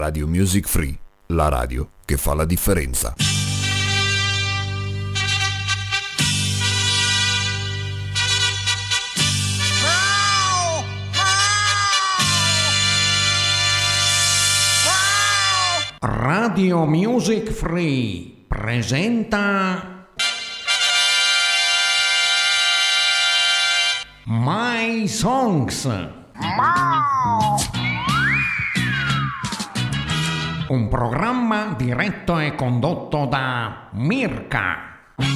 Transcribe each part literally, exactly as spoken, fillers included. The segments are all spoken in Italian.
Radio Music Free, la radio che fa la differenza. Radio Music Free presenta My Songs. Un programma diretto e condotto da Mirka.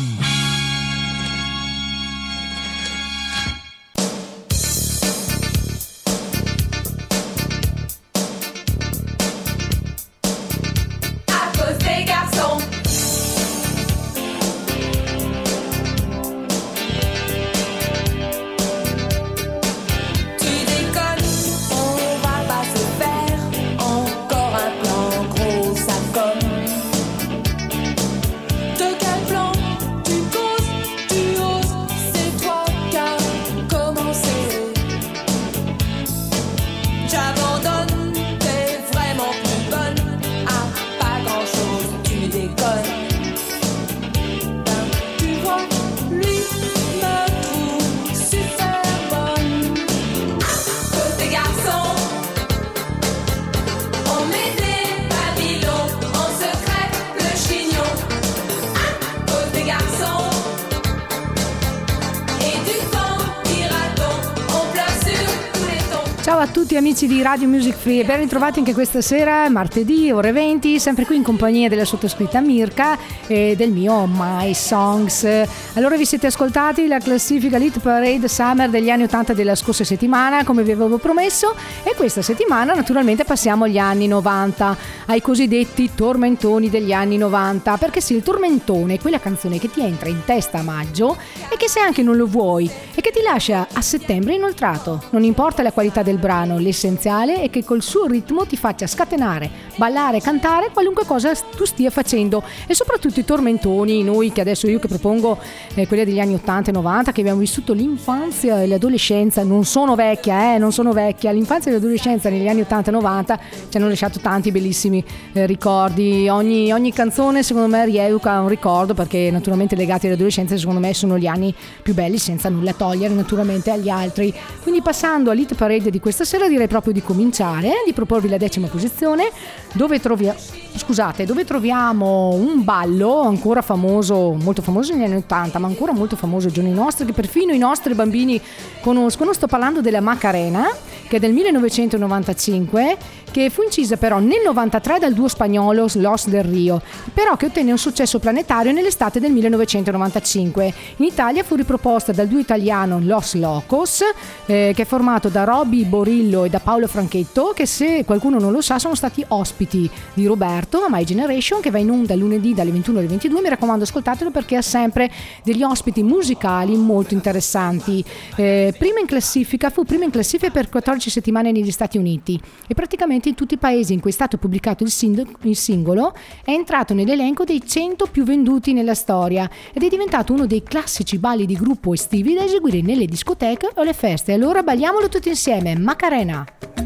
Ciao a tutti amici di Radio Music Free e ben ritrovati anche questa sera, martedì, ore venti, sempre qui in compagnia della sottoscritta Mirka e del mio My Songs. Allora vi siete ascoltati la classifica Hit Parade Summer degli anni ottanta della scorsa settimana, come vi avevo promesso, e questa settimana naturalmente passiamo agli anni novanta, ai cosiddetti tormentoni degli anni novanta, perché sì, il tormentone è quella canzone che ti entra in testa a maggio e che se anche non lo vuoi e che ti lascia a settembre inoltrato. Non importa la qualità del brano, l'essenziale è che col suo ritmo ti faccia scatenare, ballare, cantare qualunque cosa tu stia facendo. E soprattutto i tormentoni, noi che adesso io che propongo eh, quelli degli anni ottanta e novanta, che abbiamo vissuto l'infanzia e l'adolescenza, non sono vecchia, eh, non sono vecchia, l'infanzia e l'adolescenza negli anni ottanta e novanta ci hanno lasciato tanti bellissimi eh, ricordi. Ogni, ogni canzone secondo me rievoca un ricordo, perché naturalmente legati all'adolescenza secondo me sono gli anni più belli, senza nulla togliere naturalmente agli altri. Quindi passando all'Hit Parade di questa sera direi proprio di cominciare, di proporvi la decima posizione, dove troviamo scusate, dove troviamo un ballo ancora famoso, molto famoso negli anni ottanta, ma ancora molto famoso ai giorni nostri, che perfino i nostri bambini conoscono. Sto parlando della Macarena, che è del millenovecentonovantacinque, che fu incisa però nel novantatré dal duo spagnolo Los del Rio, però che ottenne un successo planetario nell'estate del millenovecentonovantacinque. In Italia fu riproposta dal duo italiano Los Locos, eh, che è formato da Robby Borillo e da Paolo Franchetto, che se qualcuno non lo sa sono stati ospiti di Roberto a My Generation, che va in onda lunedì dalle ventuno alle ventidue. Mi raccomando, ascoltatelo perché ha sempre degli ospiti musicali molto interessanti. Eh, prima in classifica, fu prima in classifica per quattordici settimane negli Stati Uniti e praticamente in tutti i paesi in cui è stato pubblicato il, sing- il singolo è entrato nell'elenco dei cento più venduti nella storia ed è diventato uno dei classici balli di gruppo estivi da eseguire nelle discoteche o alle feste. Allora balliamolo tutti insieme, Macarena.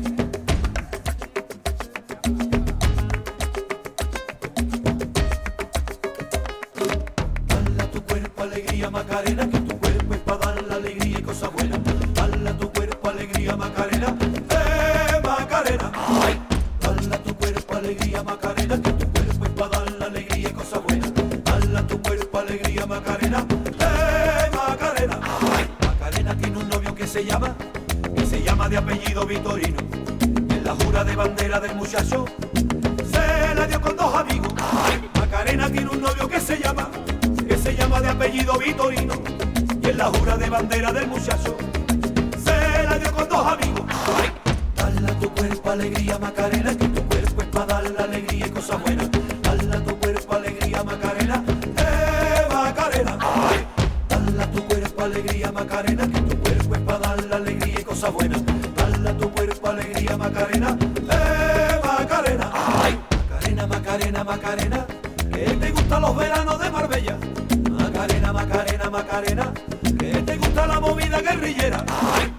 Macarena, que tu cuerpo es para dar la alegría y cosas buenas. Dale a tu cuerpo alegría, Macarena, eh, Macarena. Ay. Dale a tu cuerpo alegría, Macarena, que tu cuerpo es para dar la alegría y cosas buenas. Dale a tu cuerpo alegría, Macarena, eh, Macarena. Ay. Macarena tiene un novio que se llama, que se llama de apellido Vitorino. En la jura de bandera del muchacho se la dio con dos amigos. Ay. Macarena tiene un novio que se llama, que se llama de apellido Vitorino, y en la jura de bandera del muchacho se la dio con dos amigos. Ay. Dale a tu cuerpo alegría, Macarena, que tu cuerpo es para dar la alegría y cosas buenas. Dale a tu cuerpo alegría, Macarena, eh, Macarena. Ay. Dale a tu cuerpo alegría, Macarena, que tu cuerpo es para dar la alegría y cosas buenas. Dale a tu cuerpo alegría, Macarena, eh, Macarena. Ay. Macarena, Macarena, Macarena, que te gustan los veranos de Marbella. Macarena, Macarena, Macarena, que te gusta la movida guerrillera. Ay.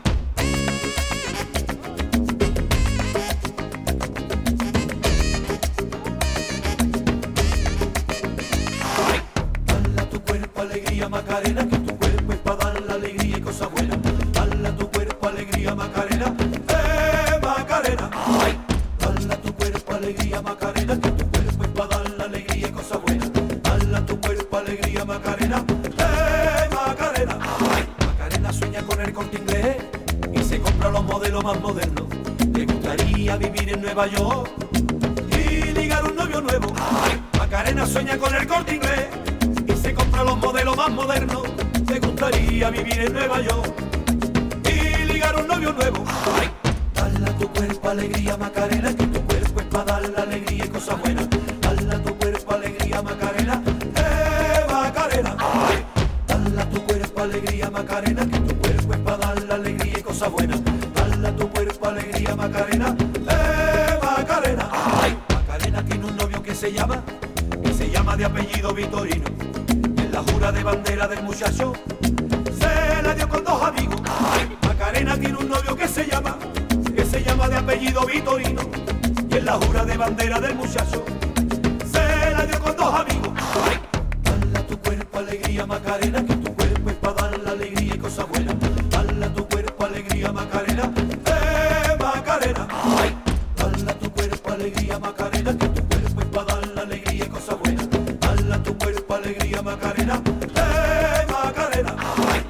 Macarena, que tu cuerpo es para dar la alegría y cosa buena. Dale a tu cuerpo alegría, Macarena, eh, Macarena. Ay. Dale a tu cuerpo alegría, Macarena, que tu cuerpo es para dar la alegría y cosa buena. Dale a tu cuerpo alegría, Macarena, eh, Macarena. Ay. Macarena sueña con el Corte Inglés y se compra los modelos más modernos. Le gustaría vivir en Nueva York y ligar un novio nuevo. Ay. Macarena sueña con el Corte Inglés y se compra los modelos más modernos. Le gustaría vivir en Nueva York y ligar un novio nuevo. Ay. Dale a tu cuerpo alegría, Macarena, que tu cuerpo es para dar la alegría y cosas buenas. Dale a tu cuerpo alegría, Macarena, eh, Macarena. Ay. Dale a tu cuerpo alegría, Macarena, que tu cuerpo es para dar la alegría y cosas buenas. Dale a tu cuerpo alegría, Macarena, eh, Macarena. Ay. Macarena tiene un novio que se llama, que se llama de apellido Vitorino. En la jura de bandera del muchacho se la dio con dos amigos. Ay. Macarena tiene un novio que se llama, que se llama de apellido Vitorino. Y en la jura de bandera del muchacho se la dio con dos amigos. Ay. Dale a tu cuerpo alegría, Macarena, que tu cuerpo es para dar la alegría y cosas buenas. Dale a tu cuerpo alegría, Macarena, eh, Macarena. Ay. Dale a tu cuerpo alegría, Macarena, que tu cuerpo es para dar la alegría y cosas buenas. Dale a tu cuerpo alegría, Macarena, eh, Macarena. Ay.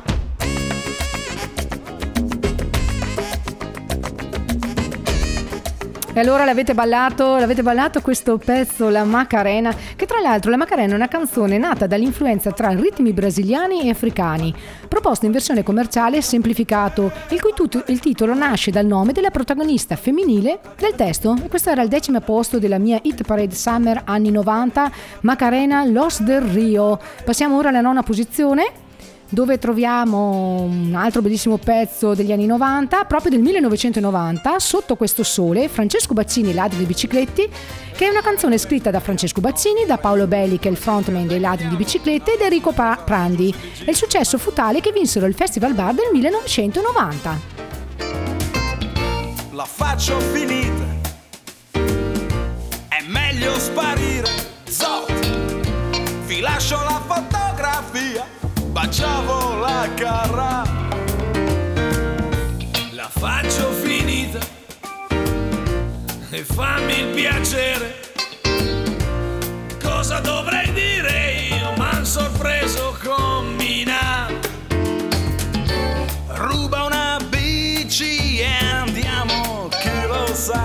E allora l'avete ballato, l'avete ballato questo pezzo, la Macarena, che tra l'altro la Macarena è una canzone nata dall'influenza tra ritmi brasiliani e africani, proposta in versione commerciale e semplificato, il cui tut- il titolo nasce dal nome della protagonista femminile del testo. E questo era il decimo posto della mia Hit Parade Summer anni novanta, Macarena Los del Rio. Passiamo ora alla nona posizione, dove troviamo un altro bellissimo pezzo degli anni novanta, proprio del millenovecentonovanta, Sotto questo sole, Francesco Baccini e Ladri di Bicicletti, che è una canzone scritta da Francesco Baccini, da Paolo Belli, che è il frontman dei Ladri di Biciclette, ed Enrico Prandi. E il successo fu tale che vinsero il Festival Bar del millenovecentonovanta. La faccio finita, è meglio sparire, Zot, vi lascio la fotografia, baciavo la carra. La faccio finita e fammi il piacere. Cosa dovrei dire io? M'han sorpreso con Mina. Ruba una bici e andiamo, chi lo sa.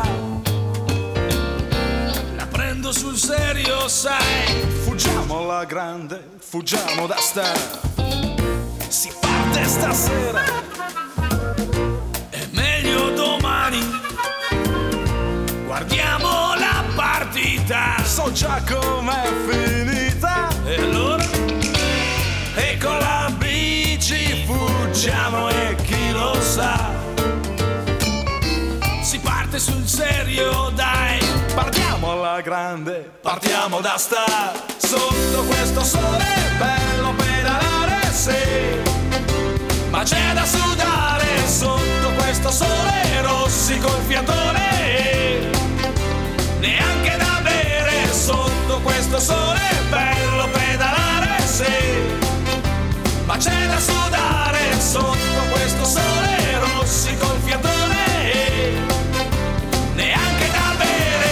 La prendo sul serio, sai. Fuggiamo alla grande, fuggiamo da star. Si parte stasera, è meglio domani. Guardiamo la partita, so già com'è finita. E allora, e con la bici fuggiamo e chi lo sa. Si parte sul serio, dai. Partiamo alla grande, partiamo da star. Sotto questo sole bello pedalare, sì, ma c'è da sudare sotto questo sole, rossi col fiatone, neanche da bere sotto questo sole bello pedalare, sì, ma c'è da sudare sotto questo sole, rossi col fiatone, neanche da bere.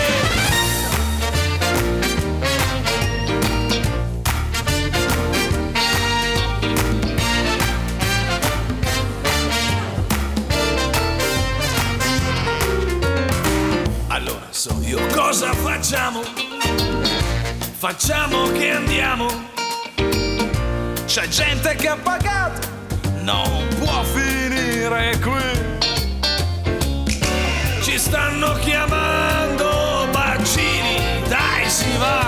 So io cosa facciamo? Facciamo che andiamo. C'è gente che ha pagato, non può finire qui. Ci stanno chiamando Baccini, dai si va.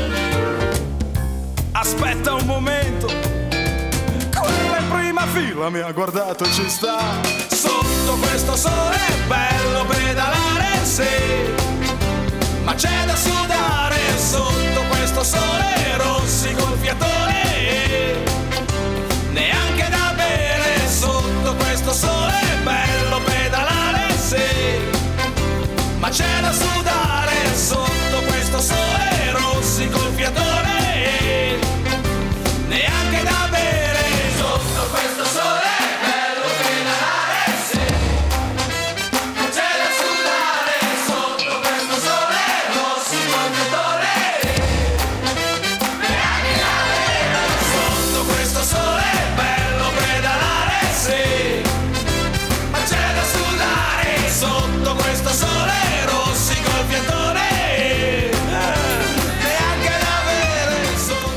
Aspetta un momento, quella in prima fila mi ha guardato e ci sta. Sotto questo sole bello pedalare, sì, ma c'è da sudare sotto questo sole, rossi col fiatone, neanche da bere sotto questo sole bello pedalare, sì, ma c'è da sudare sotto questo sole, rossi col fiatone, neanche da bere.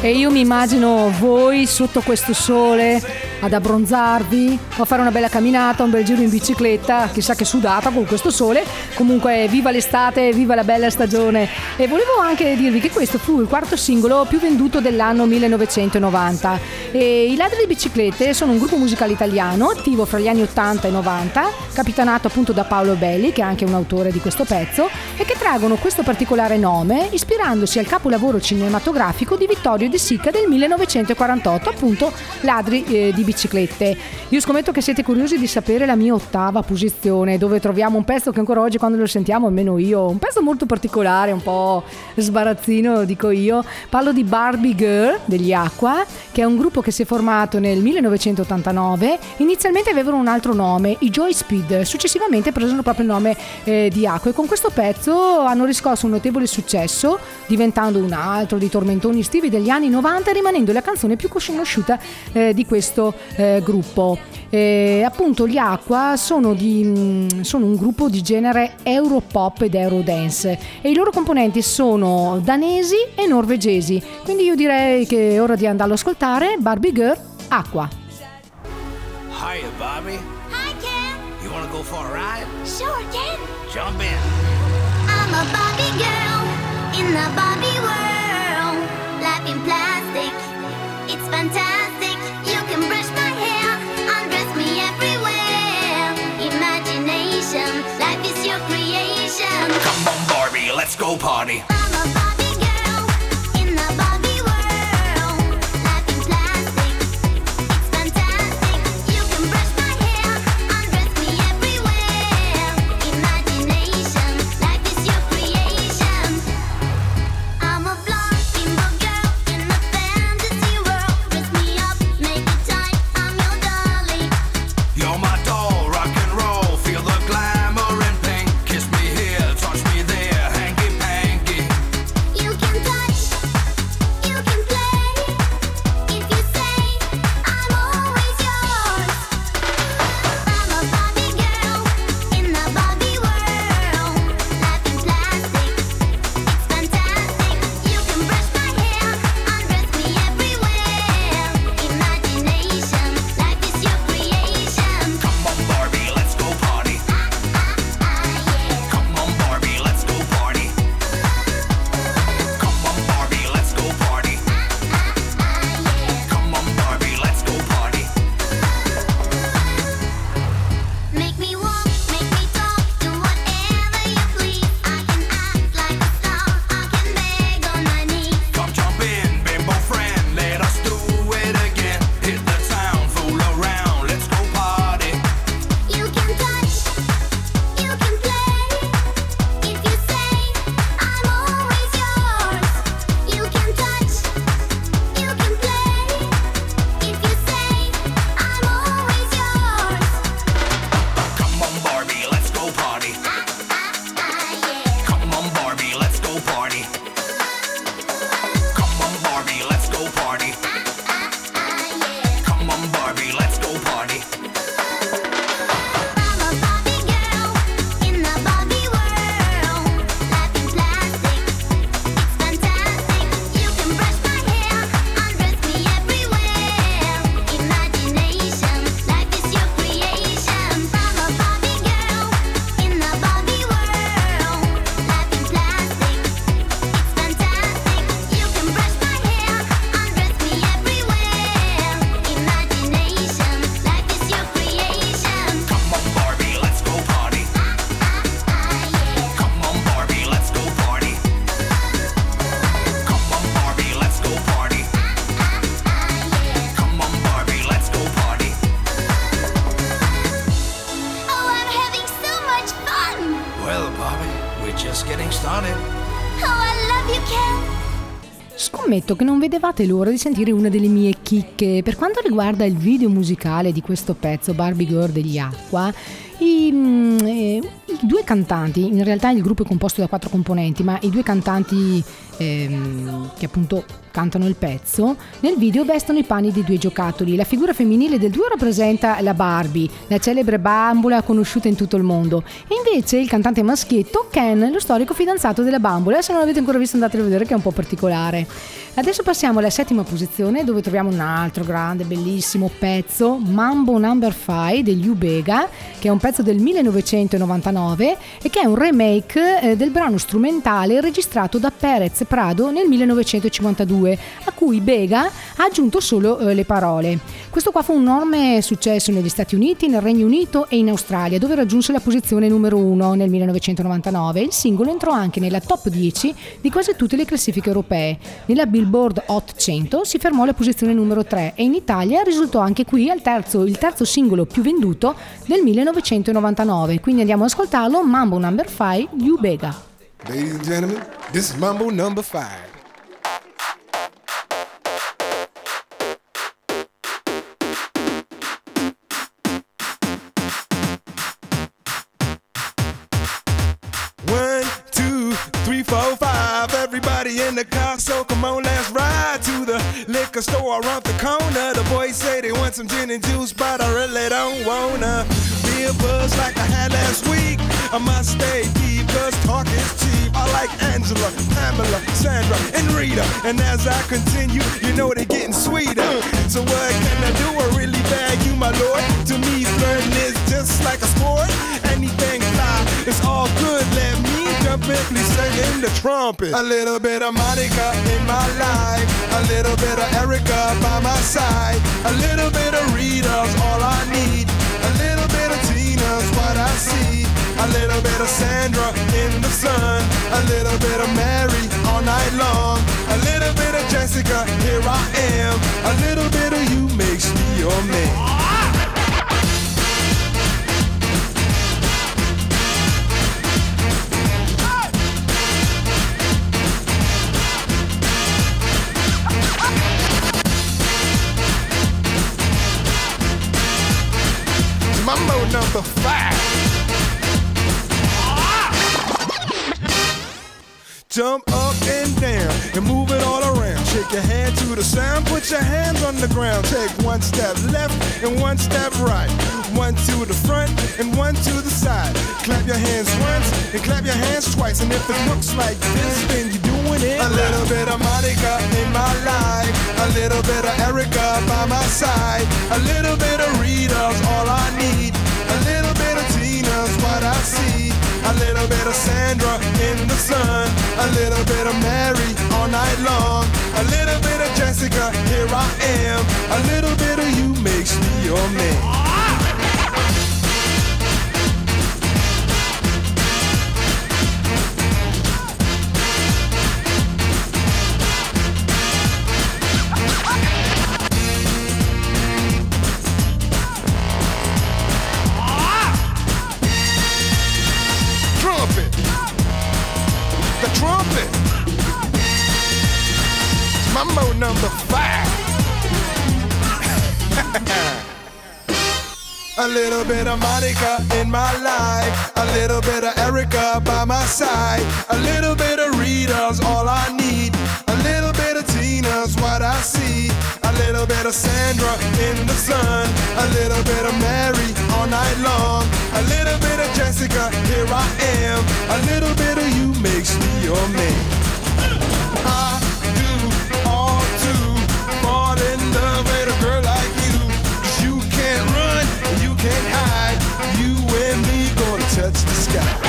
E io mi immagino voi sotto questo sole ad abbronzarvi o a fare una bella camminata, un bel giro in bicicletta, chissà che sudata con questo sole. Comunque viva l'estate, viva la bella stagione. E volevo anche dirvi che questo fu il quarto singolo più venduto dell'anno millenovecentonovanta. E i Ladri di Biciclette sono un gruppo musicale italiano attivo fra gli anni ottanta e novanta, capitanato appunto da Paolo Belli, che è anche un autore di questo pezzo, e che traggono questo particolare nome ispirandosi al capolavoro cinematografico di Vittorio De Sica del millenovecentoquarantotto, appunto Ladri eh, di Biciclette. Io scommetto che siete curiosi di sapere la mia ottava posizione, dove troviamo un pezzo che ancora oggi quando lo sentiamo, almeno io, un pezzo molto particolare, un po' sbarazzino dico io. Parlo di Barbie Girl degli Aqua, che è un gruppo che si è formato nel millenovecentottantanove. Inizialmente avevano un altro nome, i Joy Speed, successivamente presero proprio il nome eh, di Aqua, e con questo pezzo hanno riscosso un notevole successo, diventando un altro di tormentoni estivi degli anni novanta, rimanendo la canzone più conosciuta eh, di questo eh, gruppo. Eh, appunto gli Aqua sono, di, mh, sono un gruppo di genere Europop ed Eurodance, e i loro componenti sono danesi e norvegesi, quindi io direi che è ora di andarlo ad ascoltare. Barbie Girl, Aqua. Hiya, Bobby. Hi, Ken. You wanna go for a ride? Sure, Ken. Jump in. I'm a Barbie girl in the Barbie world. Life in plastic, it's fantastic. You can brush my hair, undress me everywhere. Imagination, life is your creation. Come on, Barbie, let's go party. I'm a Barbie girl in the Barbie world. Life in plastic, it's fantastic. You can brush my hair, undress me everywhere. Imagination, life is your creation. I'm a blonde bimbo girl in a fantasy world. Dress me up, make it tight, I'm your darling. You're my doll, rock and roll. Feel the glamour and pink. Kiss me here, touch me there, hanky panky. You can touch, you can play. If you say I'm always yours. I'm a Barbie girl in the Barbie world. Life in plastic, it's fantastic. You can brush my hair, undress me everywhere. Imagination, life is your creation. Come on, Barbie, let's go party. Come on, Barbie, let's go party. Come on, Barbie, let's go party. Come on, Barbie, let's go party. Make me walk, make me talk, do whatever you please. I can act like a star, I can beg on my knees. Come jump in, bimbo friend, let us do it again. Hit the town, fool around, let's go party. You can touch, you can play. If you say I'm always yours. You can touch, you can play. If you say I'm always yours. Come on, Barbie, let's go party. Come on, Barbie, let's go party. Come on, Barbie, let's go party. Come on, Barbie, let's go party. I'm a Barbie girl in the Barbie world. Life in plastic, it's fantastic. You can brush my hair, undress me everywhere. Imagination, life is your creation. I'm a Barbie girl in the Barbie world. Life in plastic, it's fantastic. You can brush my hair, undress me everywhere. Imagination, life is your creation. Come on, Barbie, let's go party. Come on, Barbie, let's go party. Come on, Barbie, let's go party. Come on, Barbie, let's go party. Oh, I'm having so much fun! Well, Barbie, we're just getting started. Oh, I love you, Ken! Scommetto che non vedevate l'ora di sentire una delle mie chicche per quanto riguarda il video musicale di questo pezzo Barbie Girl degli Aqua. I, mm, eh, i due cantanti, in realtà il gruppo è composto da quattro componenti, ma i due cantanti ehm, che appunto cantano il pezzo, nel video vestono i panni di due giocattoli. La figura femminile del duo rappresenta la Barbie, la celebre bambola conosciuta in tutto il mondo, e invece il cantante maschietto Ken, lo storico fidanzato della bambola. Se non l'avete ancora visto andate a vedere, che è un po' particolare. Adesso passiamo alla settima posizione, dove troviamo un altro grande, bellissimo pezzo, Mambo number five degli Ubega, che è un pezzo del millenovecentonovantanove e che è un remake eh, del brano strumentale registrato da Pérez Prado nel millenovecentocinquantadue, a cui Bega ha aggiunto solo eh, le parole. Questo qua fu un enorme successo negli Stati Uniti, nel Regno Unito e in Australia, dove raggiunse la posizione numero uno nel millenovecentonovantanove. Il singolo entrò anche nella top dieci di quasi tutte le classifiche europee. Nella Billboard Hot cento si fermò alla posizione numero tre e in Italia risultò anche qui al terzo, il terzo singolo più venduto del millenovecentonovantanove. Quindi andiamo ad ascoltarlo, Mambo number five, gli Ubega. Ladies and gentlemen, this is Mambo number five. Four, five, everybody in the car, so come on, let's ride to the liquor store around the corner. The boys say they want some gin and juice, but I really don't wanna be a buzz like I had last week. I must stay deep, cause talk is cheap. I like Angela, Pamela, Sandra, and Rita. And as I continue, you know they're getting sweeter. So what can I do? I really bag you, my lord. To me, flirting is just like a sport. Anything fly, it's all good. Let me jump in, please sing in the trumpet. A little bit of Monica in my life, a little bit of Erica by my side, a little bit of Rita's all I need, a little bit of Tina's what I see, a little bit of Sandra in the sun, a little bit of Mary all night long, a little bit of Jessica, here I am, a little bit of you makes me your man. Mambo number five. Jump up and down and move it all around. Shake your hand to the sound, put your hands on the ground. Take one step left and one step right. One to the front and one to the side. Clap your hands once and clap your hands twice. And if it looks like this, then you're doing it. A little bit of Monica in my life, a little bit of Erica by my side, a little bit of Rita's all I need, a little bit of Tina's what I see, a little bit of Sandra in the sun, a little bit of Mary all night long, a little bit of Jessica, here I am, a little bit of you makes me your man. Trumpet, Mambo number five. A little bit of Monica in my life, a little bit of Erica by my side, a little bit of Rita's all I need, a little bit of Tina's what I see, a little bit of Sandra in the sun, a little bit of Mary all night long, a little bit of Jessica, here I am, a little bit of you makes me your man. I do all to fall in love with a girl like you, 'cause you can't run, you can't hide, you and me gonna touch the sky.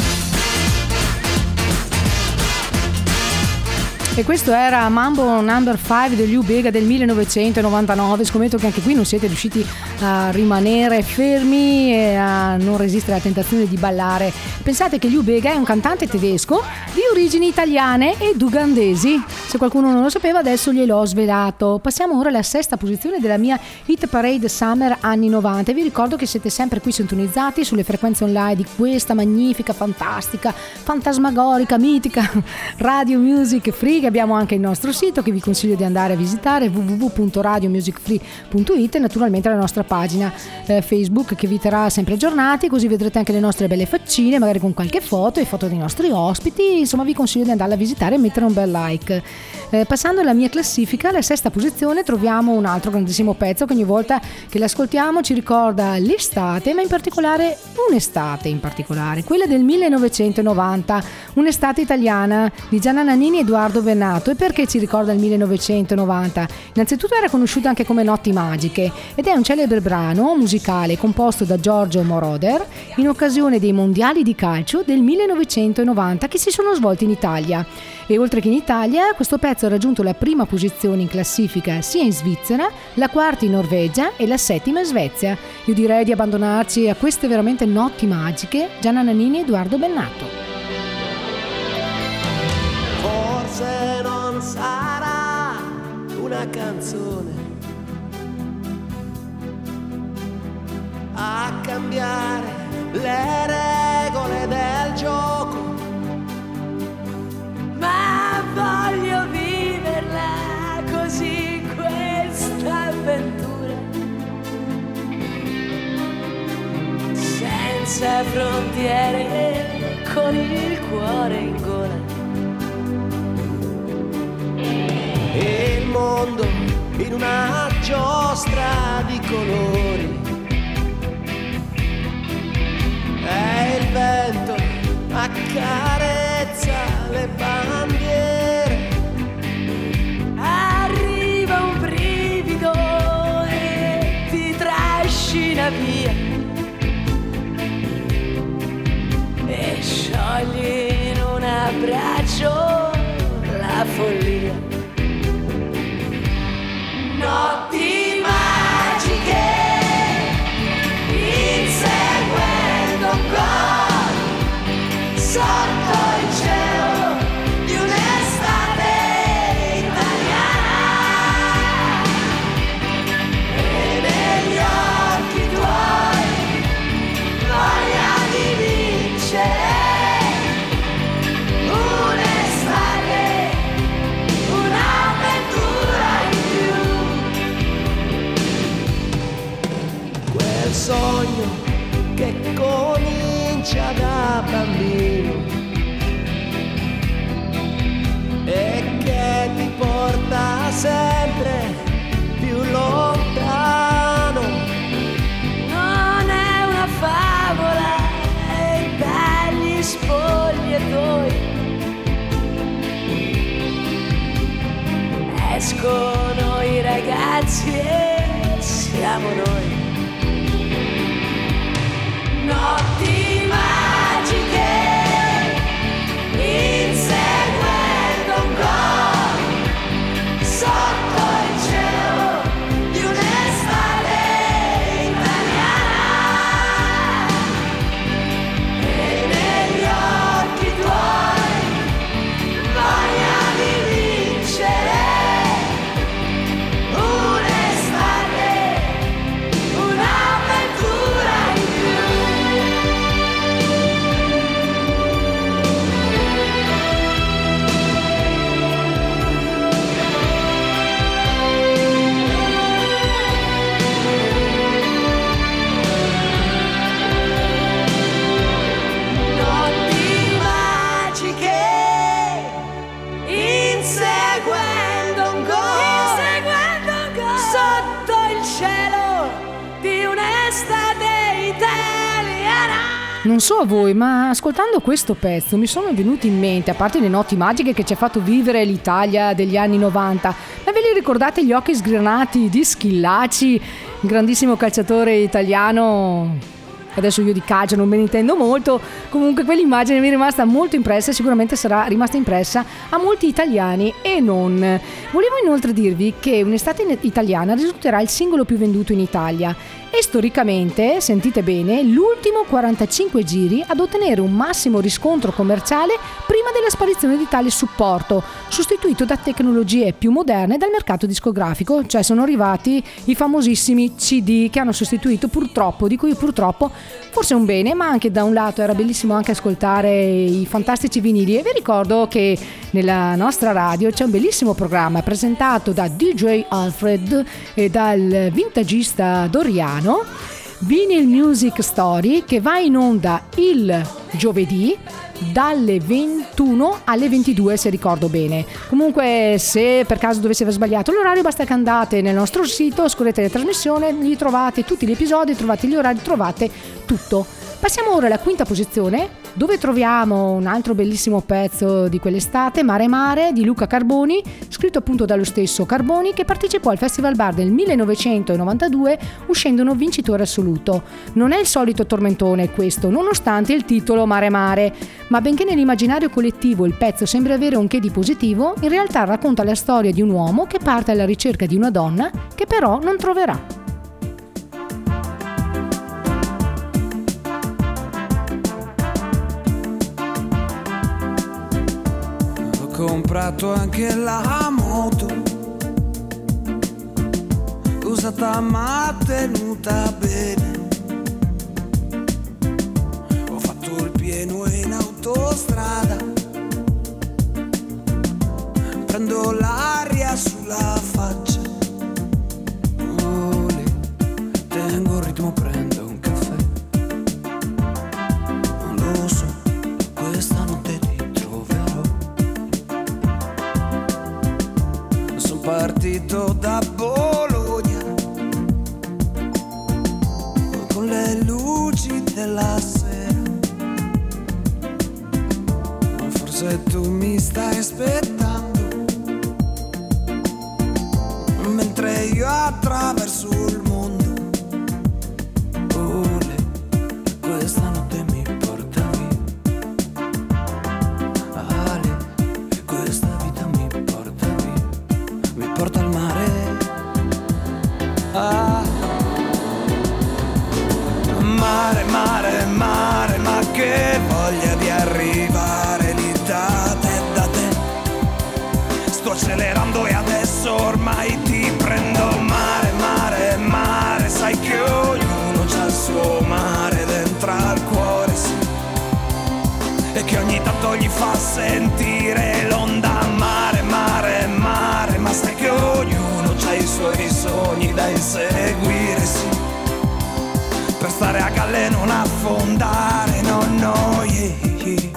E questo era Mambo number five degli Ubega del millenovecentonovantanove. Scommetto che anche qui non siete riusciti a rimanere fermi e a non resistere alla tentazione di ballare. Pensate che gli Ubega è un cantante tedesco di origini italiane ed ugandesi. Se qualcuno non lo sapeva, adesso gliel'ho svelato. Passiamo ora alla sesta posizione della mia Hit Parade Summer anni novanta. E vi ricordo che siete sempre qui sintonizzati sulle frequenze online di questa magnifica, fantastica, fantasmagorica, mitica Radio Music Free, che abbiamo anche il nostro sito che vi consiglio di andare a visitare, w w w punto radio music free punto i t, e naturalmente la nostra pagina eh, Facebook che vi terrà sempre aggiornati, così vedrete anche le nostre belle faccine, magari con qualche foto e foto dei nostri ospiti. Insomma, vi consiglio di andarla a visitare e mettere un bel like. Eh, passando alla mia classifica, alla sesta posizione troviamo un altro grandissimo pezzo che ogni volta che l'ascoltiamo ci ricorda l'estate, ma in particolare un'estate in particolare, quella del millenovecentonovanta, un'estate italiana di Gianna Nannini e Edoardo Bennato. E perché ci ricorda il millenovecentonovanta? Innanzitutto era conosciuta anche come Notti Magiche ed è un celebre brano musicale composto da Giorgio Moroder in occasione dei mondiali di calcio del millenovecentonovanta che si sono svolti in Italia. E oltre che in Italia, questo pezzo ha raggiunto la prima posizione in classifica sia in Svizzera, la quarta in Norvegia e la settima in Svezia. Io direi di abbandonarci a queste veramente notti magiche, Gianna Nannini e Edoardo Bennato. Forse non sarà una canzone a cambiare le regole del gioco, ma voglio viverla così questa avventura, senza frontiere, con il cuore in gola. E il mondo in una giostra di colori, e il vento accarezza le bandiere, arriva un brivido e ti trascina via e sciogli in un abbraccio la follia. Notti magiche, inseguendo un gol sotto il cielo di un'estate italiana, e negli occhi tuoi voglia di vincere un'estate, un'avventura in più. Quel sogno che comincia da bambino e che ti porta sempre più lontano. Non è una favola e dagli spogliatoi escono i ragazzi e siamo noi. Notti magiche, inseguendo un gol sotto il cielo di un'estate italiana, e negli occhi tuoi voglia di vincere un'estate, un'avventura in più. Notti magiche, inseguendo un gol, inseguendo un gol sotto il cielo di un'estate italiana. Non so a voi, ma ascoltando questo pezzo mi sono venuti in mente, a parte le notti magiche che ci ha fatto vivere l'Italia degli anni novanta, ma ve li ricordate gli occhi sgranati di Schillaci, il grandissimo calciatore italiano adesso io di calcio non me ne intendo molto, comunque quell'immagine mi è rimasta molto impressa e sicuramente sarà rimasta impressa a molti italiani e non. Volevo inoltre dirvi che Un'estate italiana risulterà il singolo più venduto in Italia e storicamente, sentite bene, l'ultimo quarantacinque giri ad ottenere un massimo riscontro commerciale prima della sparizione di tale supporto, sostituito da tecnologie più moderne dal mercato discografico, cioè sono arrivati i famosissimi C D che hanno sostituito purtroppo, dico io purtroppo, forse un bene, ma anche da un lato era bellissimo anche ascoltare i fantastici vinili e vi ricordo che nella nostra radio c'è un bellissimo programma presentato da D J Alfred e dal vintagista Doriano, Vinyl Music Story, che va in onda il giovedì dalle ventuno alle ventidue, se ricordo bene. Comunque, se per caso dovesse aver sbagliato l'orario, basta che andate nel nostro sito, scorrete la trasmissione, lì trovate tutti gli episodi, trovate gli orari, trovate tutto. Passiamo ora alla quinta posizione, dove troviamo un altro bellissimo pezzo di quell'estate, Mare Mare, di Luca Carboni, scritto appunto dallo stesso Carboni, che partecipò al Festival Bar del millenovecentonovantadue uscendone vincitore assoluto. Non è il solito tormentone questo, nonostante il titolo Mare Mare, ma benché nell'immaginario collettivo il pezzo sembri avere un che di positivo, in realtà racconta la storia di un uomo che parte alla ricerca di una donna che però non troverà. Ho comprato anche la moto, usata ma tenuta bene. Ho fatto il pieno in autostrada, prendo l'aria sulla faccia. Ole, tengo il ritmo, prendo un caffè. Non lo so, questa notte ti troverò. Sono partito da Bologna con le luci della sera. Ma forse tu mi stai aspettando, mentre io attraverso il mondo. Ole, questa notte mi porta via. Ale, questa vita mi porta via, mi porta al mare. Ah. Mare, mare, mare, ma che voglia di arrivare lì da te, da te. Sto accelerando e adesso ormai ti prendo. Mare, mare, mare, sai che ognuno c'ha il suo mare dentro al cuore, sì. E che ogni tanto gli fa sentire l'onda. Mare, mare, mare, ma sai che ognuno c'ha i suoi sogni da inseguire, sì. Per stare a galla e non affondare, no, no, yeah, yeah.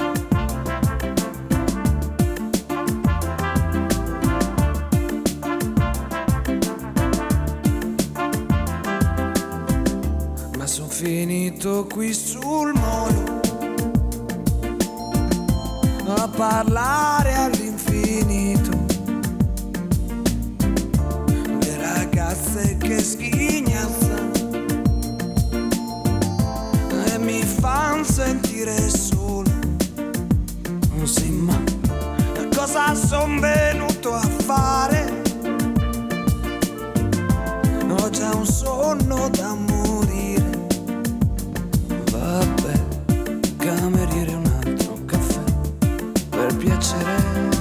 Ma son finito qui sul molo a parlare all'infinito. Le ragazze che schignazzano e mi fan sentire solo. Sì, ma cosa son venuto a fare? Ho già un sonno da morire. Vabbè, cameriere, un altro caffè. Per piacere,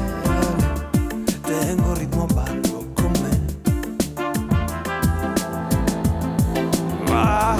tengo il ritmo, ballo con me. Ah.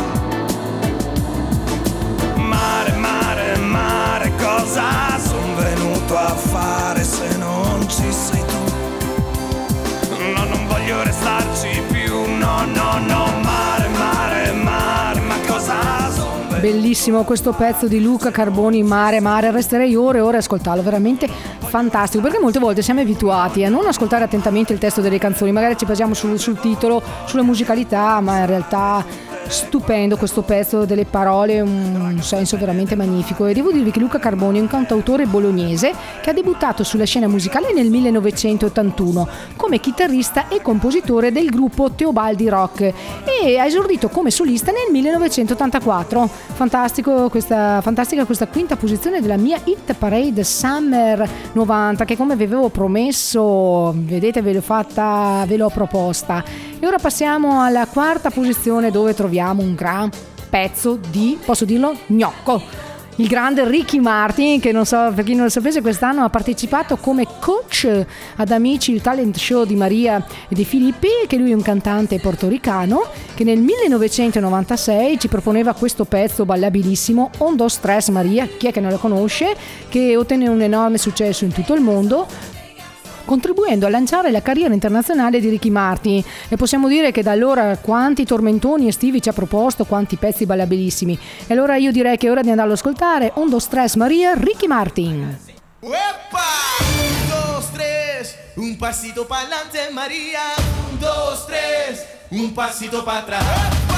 Mare, mare, mare, cosa son venuto a fare se non ci sei tu? No, non voglio restarci più, no, no, no. Mare, mare, mare, ma cosa son venuto? Bellissimo questo pezzo di Luca Carboni, Mare Mare, resterei ore e ore a ascoltarlo, veramente fantastico, perché molte volte siamo abituati a non ascoltare attentamente il testo delle canzoni, magari ci basiamo sul, sul titolo, sulla musicalità, ma in realtà Stupendo questo pezzo, delle parole, un senso veramente magnifico, e devo dirvi che Luca Carboni è un cantautore bolognese che ha debuttato sulla scena musicale nel millenovecentottantuno come chitarrista e compositore del gruppo Teobaldi Rock e ha esordito come solista nel millenovecentottantaquattro. Fantastico questa, fantastica questa quinta posizione della mia Hit Parade Summer novanta, che come vi avevo promesso, vedete, ve l'ho fatta, ve l'ho proposta. E ora passiamo alla quarta posizione, dove troviamo un gran pezzo di, posso dirlo, gnocco. Il grande Ricky Martin, che non so, per chi non lo sapesse, quest'anno ha partecipato come coach ad Amici, il talent show di Maria e di Filippi, che lui è un cantante portoricano che nel millenovecentonovantasei ci proponeva questo pezzo ballabilissimo, Un Dos Tres Maria, chi è che non lo conosce, che ottenne un enorme successo in tutto il mondo, contribuendo a lanciare la carriera internazionale di Ricky Martin. E possiamo dire che da allora quanti tormentoni estivi ci ha proposto, quanti pezzi ballabilissimi. E allora io direi che è ora di andarlo ad ascoltare. Un, dos, tres, Maria, Ricky Martin. ¡Epa! Un, dos, tres, un pasito para adelante, María. Un, dos, tres, un pasito para atrás. ¡Epa!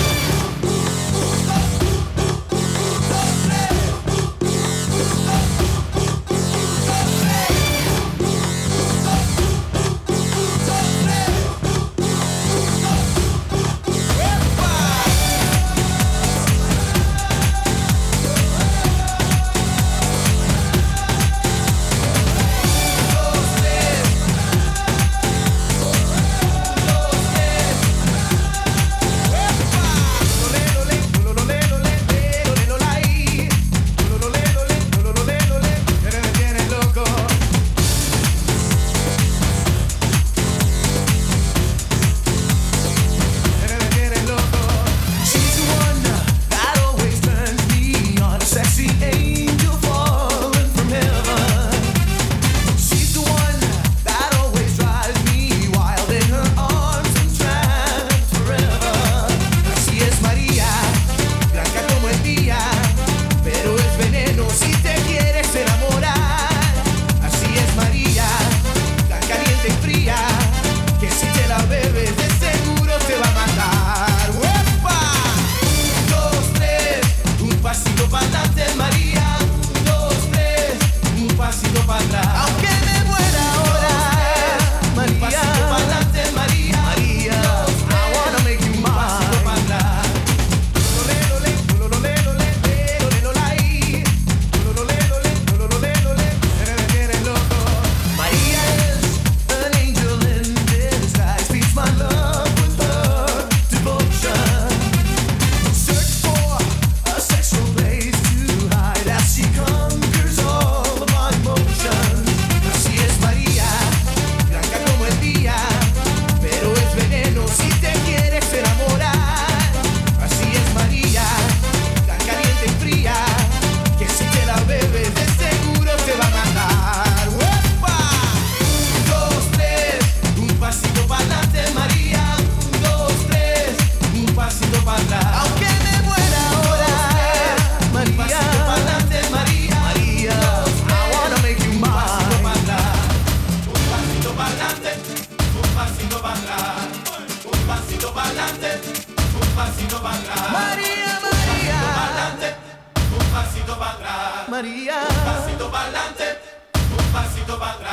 María. Un pasito para adelante, un pasito para atrás.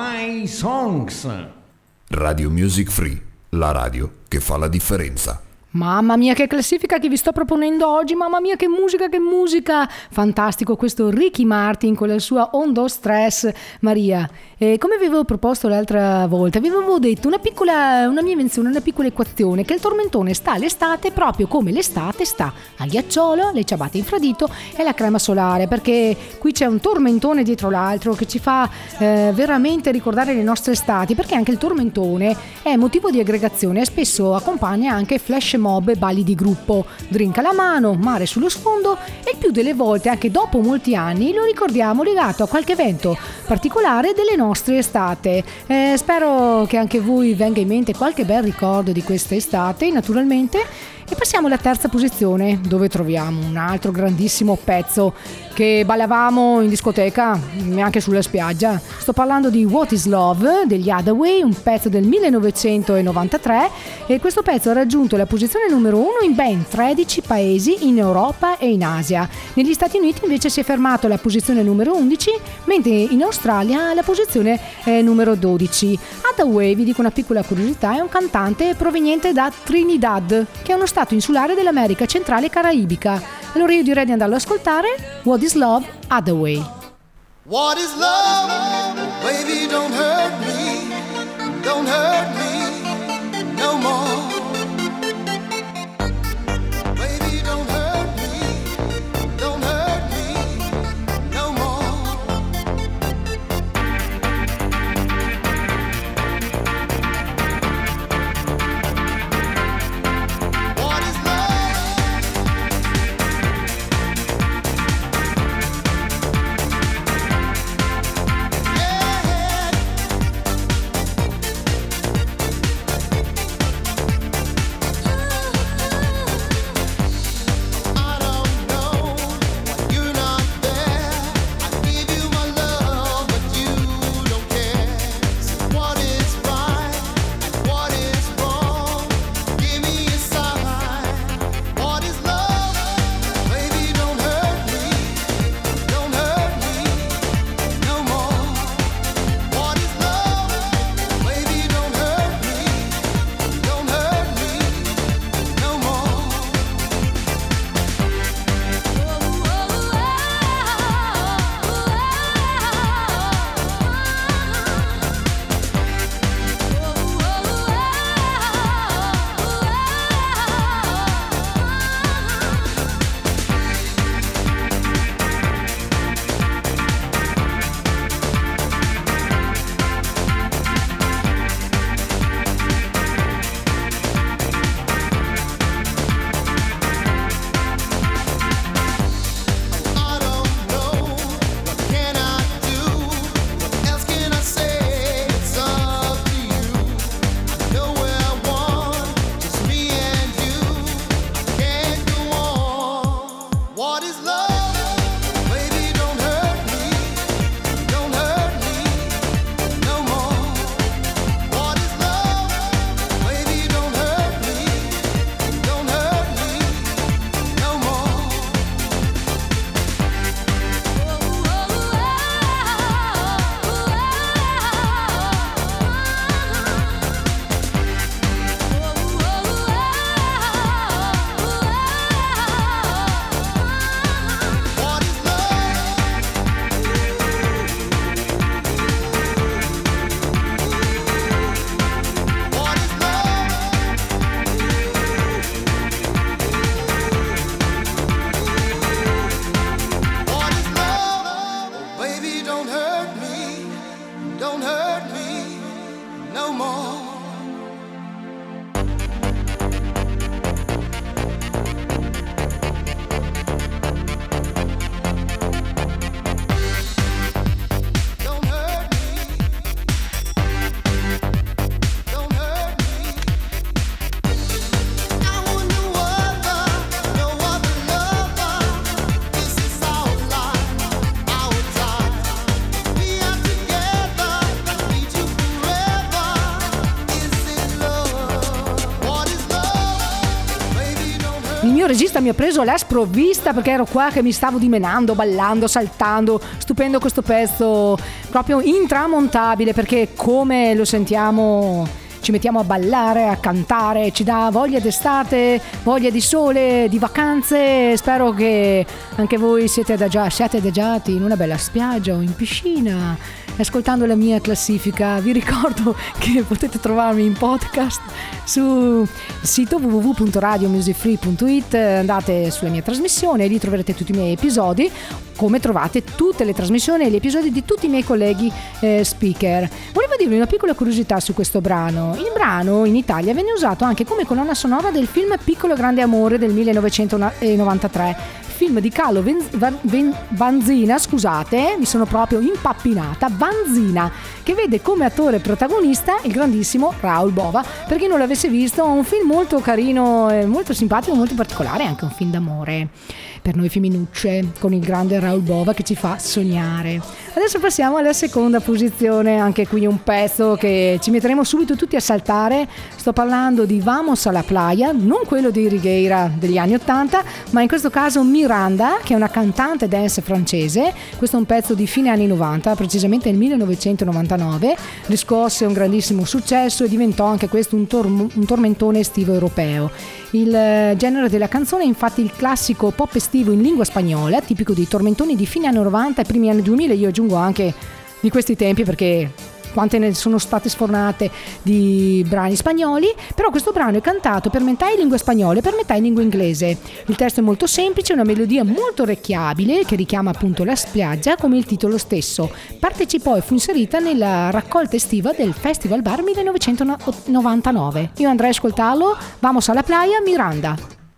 Songs. Radio Music Free, la radio che fa la differenza. Mamma mia che classifica che vi sto proponendo oggi, mamma mia che musica, che musica, fantastico questo Ricky Martin con la sua On Dos Stress. Maria, eh, come vi avevo proposto l'altra volta, vi avevo detto una piccola, una mia invenzione, una piccola equazione, che il tormentone sta all'estate proprio come l'estate sta al ghiacciolo, le ciabatte infradito e la crema solare, perché qui c'è un tormentone dietro l'altro che ci fa eh, veramente ricordare le nostre estati, perché anche il tormentone è motivo di aggregazione e spesso accompagna anche flash mob e balli di gruppo, drink alla mano, mare sullo sfondo, e il più delle volte anche dopo molti anni lo ricordiamo legato a qualche evento particolare delle nostre estate. Eh, spero che anche voi venga in mente qualche bel ricordo di questa estate, naturalmente. E passiamo alla terza posizione, dove troviamo un altro grandissimo pezzo che ballavamo in discoteca e anche sulla spiaggia. Sto parlando di What is Love degli Hathaway, un pezzo del millenovecentonovantatré, e questo pezzo ha raggiunto la posizione numero uno in ben tredici paesi in Europa e in Asia. Negli Stati Uniti invece si è fermato alla posizione numero undici, mentre in Australia alla posizione eh, numero dodici. Hathaway, vi dico una piccola curiosità, è un cantante proveniente da Trinidad, che è uno stato insulare dell'America centrale e caraibica. Allora io direi di andarlo ad ascoltare. What is Love, Hathaway. What is love? Baby, don't hurt me, don't hurt me no more. Baby, don't hurt me, don't hurt me no more. What is Il mio regista mi ha preso alla sprovvista perché ero qua che mi stavo dimenando, ballando, saltando. Stupendo questo pezzo, proprio intramontabile, perché come lo sentiamo ci mettiamo a ballare, a cantare, ci dà voglia d'estate, voglia di sole, di vacanze. Spero che anche voi siete adagiati, siate adagiati in una bella spiaggia o in piscina, ascoltando la mia classifica. Vi ricordo che potete trovarmi in podcast sul sito w w w punto radio music free punto i t, andate sulla mia trasmissione e lì troverete tutti i miei episodi, come trovate tutte le trasmissioni e gli episodi di tutti i miei colleghi eh, speaker. Volevo dirvi una piccola curiosità su questo brano. Il brano in Italia venne usato anche come colonna sonora del film Piccolo Grande Amore del millenovecentonovantatré, film di Carlo Vanzina, scusate, mi sono proprio impappinata, Vanzina, che vede come attore protagonista il grandissimo Raoul Bova. Per chi non l'avesse visto, è un film molto carino, molto simpatico, molto particolare, anche un film d'amore per noi femminucce, con il grande Raoul Bova che ci fa sognare. Adesso passiamo alla seconda posizione, anche qui un pezzo che ci metteremo subito tutti a saltare. Sto parlando di Vamos a la Playa, non quello di Righeira degli anni ottanta, ma in questo caso Miranda, che è una cantante dance francese. Questo è un pezzo di fine anni novanta, precisamente nel millenovecentonovantanove, riscosse un grandissimo successo e diventò anche questo un, tor- un tormentone estivo europeo. Il genere della canzone è infatti il classico pop estivo in lingua spagnola, tipico dei tormentoni di fine anni novanta e primi anni duemila. Io aggiungo anche di questi tempi, perché quante ne sono state sfornate di brani spagnoli. Però questo brano è cantato per metà in lingua spagnola e per metà in lingua inglese. Il testo è molto semplice, una melodia molto orecchiabile che richiama appunto la spiaggia come il titolo stesso. Partecipò e fu inserita nella raccolta estiva del Festival Bar millenovecentonovantanove. Io andrei a ascoltarlo. Vamos a la Playa, Miranda.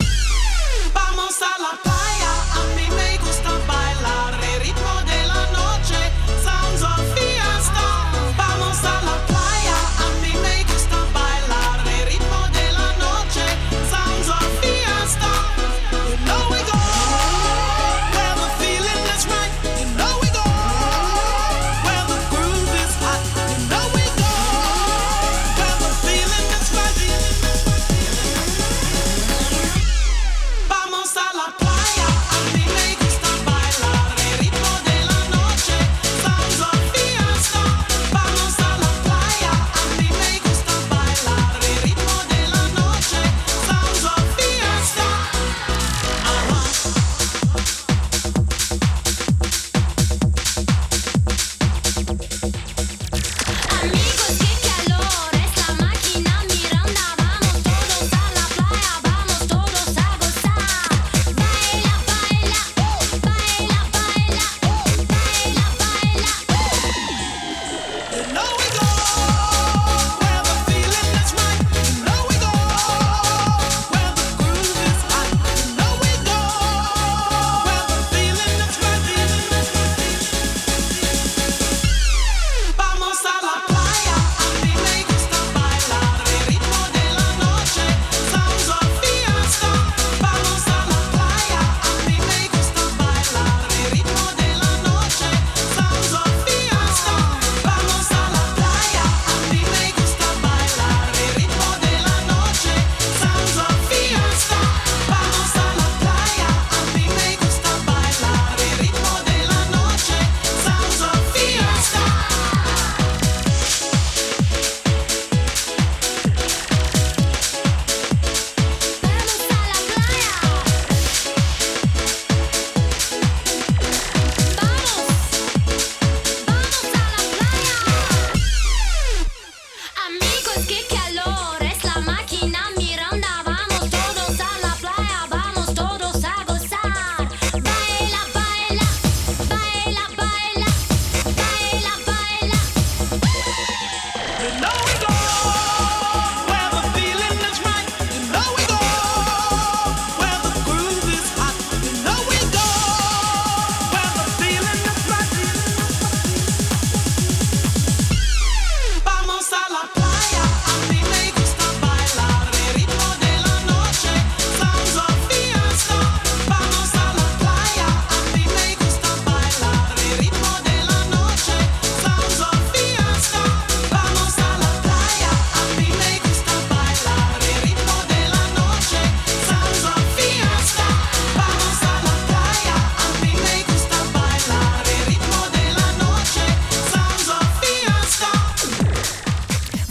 Vamos a la playa, a mí me gusta bailar el ritmo de la noche, sounds of fiesta. Vamos a la playa, a mí me gusta bailar el ritmo de la noche, sounds of fiesta. You know we go where the feeling is right. You know we go where the groove is hot. You know we go where the feeling is right. Vamos a la playa, a mí me gusta bailar el ritmo de la noche, sounds of fiesta. Vamos a la playa, a mí me gusta bailar el ritmo de la noche, sounds of fiesta. Amigos, qué calor, es la máquina Miranda, vamos todos a la playa, vamos todos a gozar. Baila, baila, uh, baila, baila, uh, baila, baila, uh. You know we go where the feeling is right. You know we go where the groove is hot. You know we go where the feeling is right. Vamos a la playa, a mí me gusta bailar el ritmo de la noche, sounds of fiesta. Vamos a la playa, a mí me gusta bailar el ritmo de la noche, sounds of fiesta. Vamos a la playa, a mí me gusta bailar el ritmo de la noche, sounds of fiesta. Vamos a la playa, a mí me gusta bailar el ritmo de la noche, sounds of fiesta. Amigos, qué calor, es la máquina Miranda, vamos todos a la playa, vamos todos a gozar. Baila, baila, baila, baila, baila, baila. You know we go where the feeling is right. You know we go where the groove is hot. You know we go where the feeling is right. Vamos a la playa, a mí me gusta bailar el ritmo de la noche, sounds of fiesta. Vamos a la playa, a mí me gusta bailar el ritmo de la noche, sounds of fiesta. Vamos a la playa.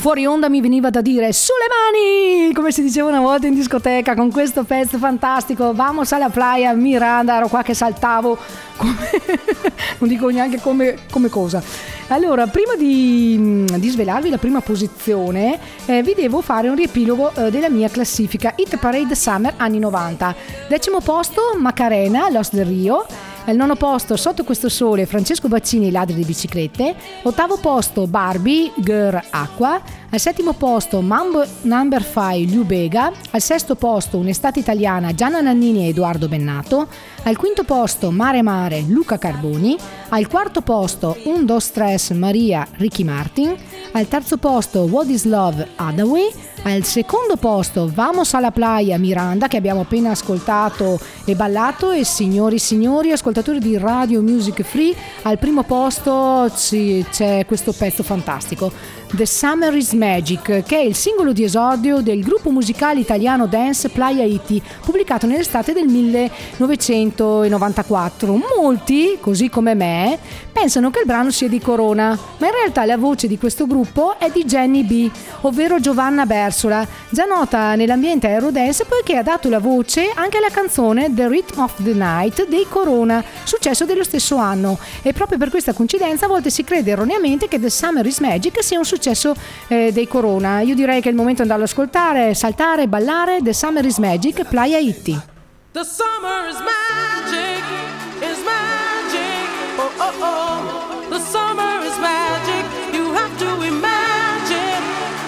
fuori onda mi veniva da dire sulle mani, come si diceva una volta in discoteca, con questo pezzo fantastico, Vamos a la playa, Miranda, ero qua che saltavo come non dico neanche come, come cosa. Allora, prima di, di svelarvi la prima posizione, eh, vi devo fare un riepilogo eh, della mia classifica Hit Parade Summer anni novanta. Decimo posto Macarena, Lost del Rio. Al nono posto Sotto questo sole, Francesco Baccini, Ladri di biciclette. Ottavo posto Barbie, Girl Acqua. Al settimo posto Mambo Number cinque, Liu Bega. Al sesto posto Un'estate italiana, Gianna Nannini e Edoardo Bennato. Al quinto posto Mare Mare, Luca Carboni. Al quarto posto Un Dos Tres, Maria, Ricky Martin. Al terzo posto What is Love, Hathaway. Al secondo posto Vamos a la playa, Miranda, che abbiamo appena ascoltato e ballato. E signori signori ascoltatori di Radio Music Free, al primo posto ci, c'è questo pezzo fantastico, The Summer is Magic, che è il singolo di esordio del gruppo musicale italiano dance Playa Iti, pubblicato nell'estate del millenovecentonovantaquattro. Molti, così come me, pensano che il brano sia di Corona, ma in realtà la voce di questo gruppo è di Jenny B, ovvero Giovanna Bersola, già nota nell'ambiente aerodance poiché ha dato la voce anche alla canzone The Rhythm of the Night dei Corona, successo dello stesso anno. E proprio per questa coincidenza a volte si crede erroneamente che The Summer is Magic sia un successo eh, dei Corona. Io direi che è il momento di andarlo ad ascoltare, saltare, ballare. The Summer is Magic, Playa Iti. The summer is magic, is magic, oh oh oh. The summer is magic, you have to imagine,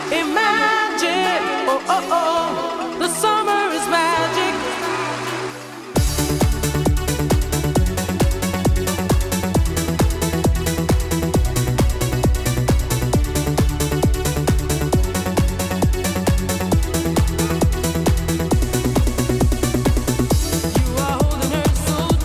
imagine, oh oh oh. The summer is magic. You are holding her so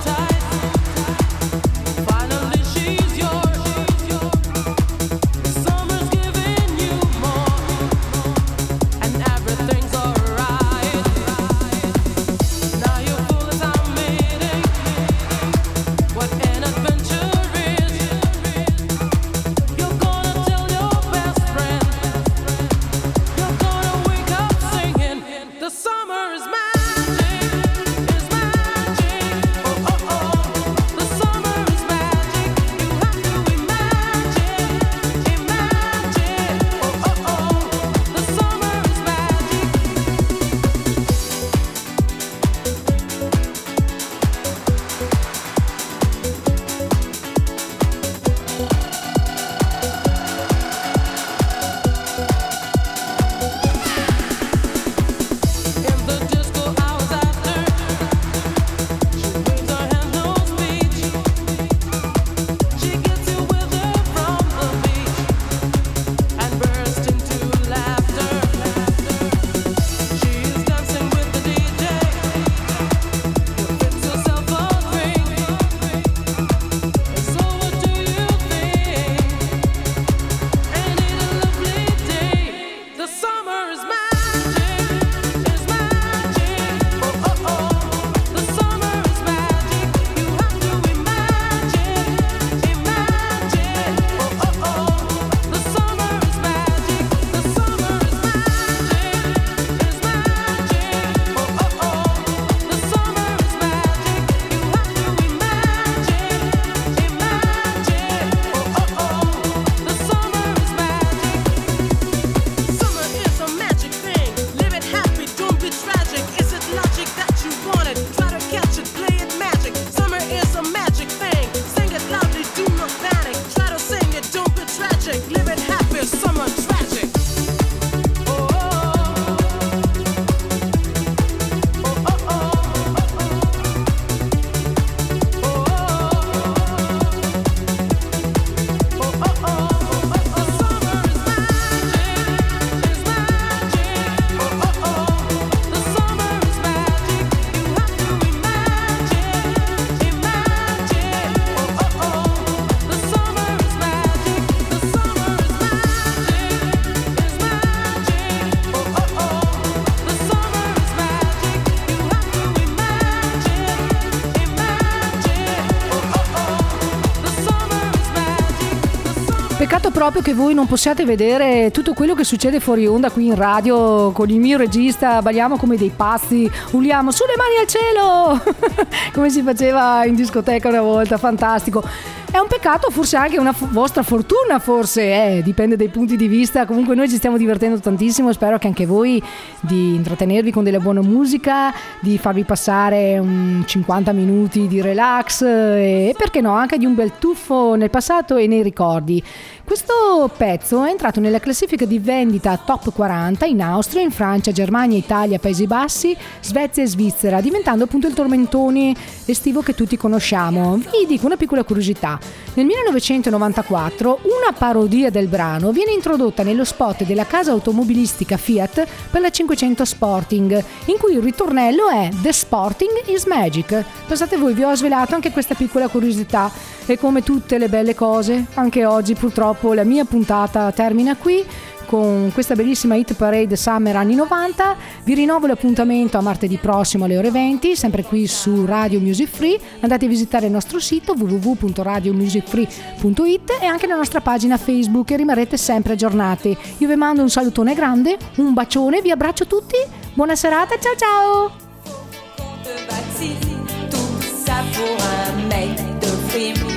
proprio che voi non possiate vedere tutto quello che succede fuori onda qui in radio con il mio regista, balliamo come dei pazzi, urliamo sulle mani al cielo come si faceva in discoteca una volta, fantastico. È un peccato, forse anche una f- vostra fortuna, forse, eh, dipende dai punti di vista. Comunque noi ci stiamo divertendo tantissimo, spero che anche voi di intrattenervi con della buona musica, di farvi passare un cinquanta minuti di relax e perché no, anche di un bel tuffo nel passato e nei ricordi. Questo pezzo è entrato nella classifica di vendita top quaranta in Austria, in Francia, Germania, Italia, Paesi Bassi, Svezia e Svizzera, diventando appunto il tormentone estivo che tutti conosciamo. Vi dico una piccola curiosità. Nel millenovecentonovantaquattro una parodia del brano viene introdotta nello spot della casa automobilistica Fiat per la cinquecento Sporting, in cui il ritornello è The Sporting is Magic. Pensate voi, vi ho svelato anche questa piccola curiosità e come tutte le belle cose, anche oggi purtroppo la mia puntata termina qui con questa bellissima hit parade summer anni novanta. Vi rinnovo l'appuntamento a martedì prossimo alle ore venti, sempre qui su Radio Music Free. Andate a visitare il nostro sito w w w punto radio music free punto i t e anche la nostra pagina Facebook e rimarrete sempre aggiornati. Io vi mando un salutone grande, un bacione, vi abbraccio tutti, buona serata, ciao ciao. Tout ça pour un mec de film.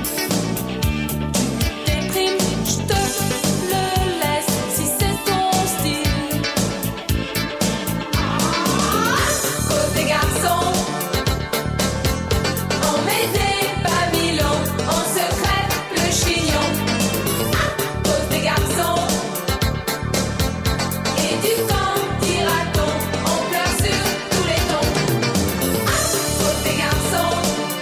Déprime, je te le laisse si c'est ton style. Cause des garçons, on met des babylons, on se crève le chignon. Cause des garçons, et du temps dira-t-on, on pleure sur tous les tons. Cause des garçons,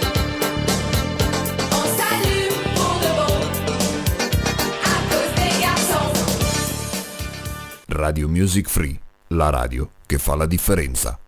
on s'allume pour de bon. À cause des garçons. Radio Music Free, la radio che fa la differenza.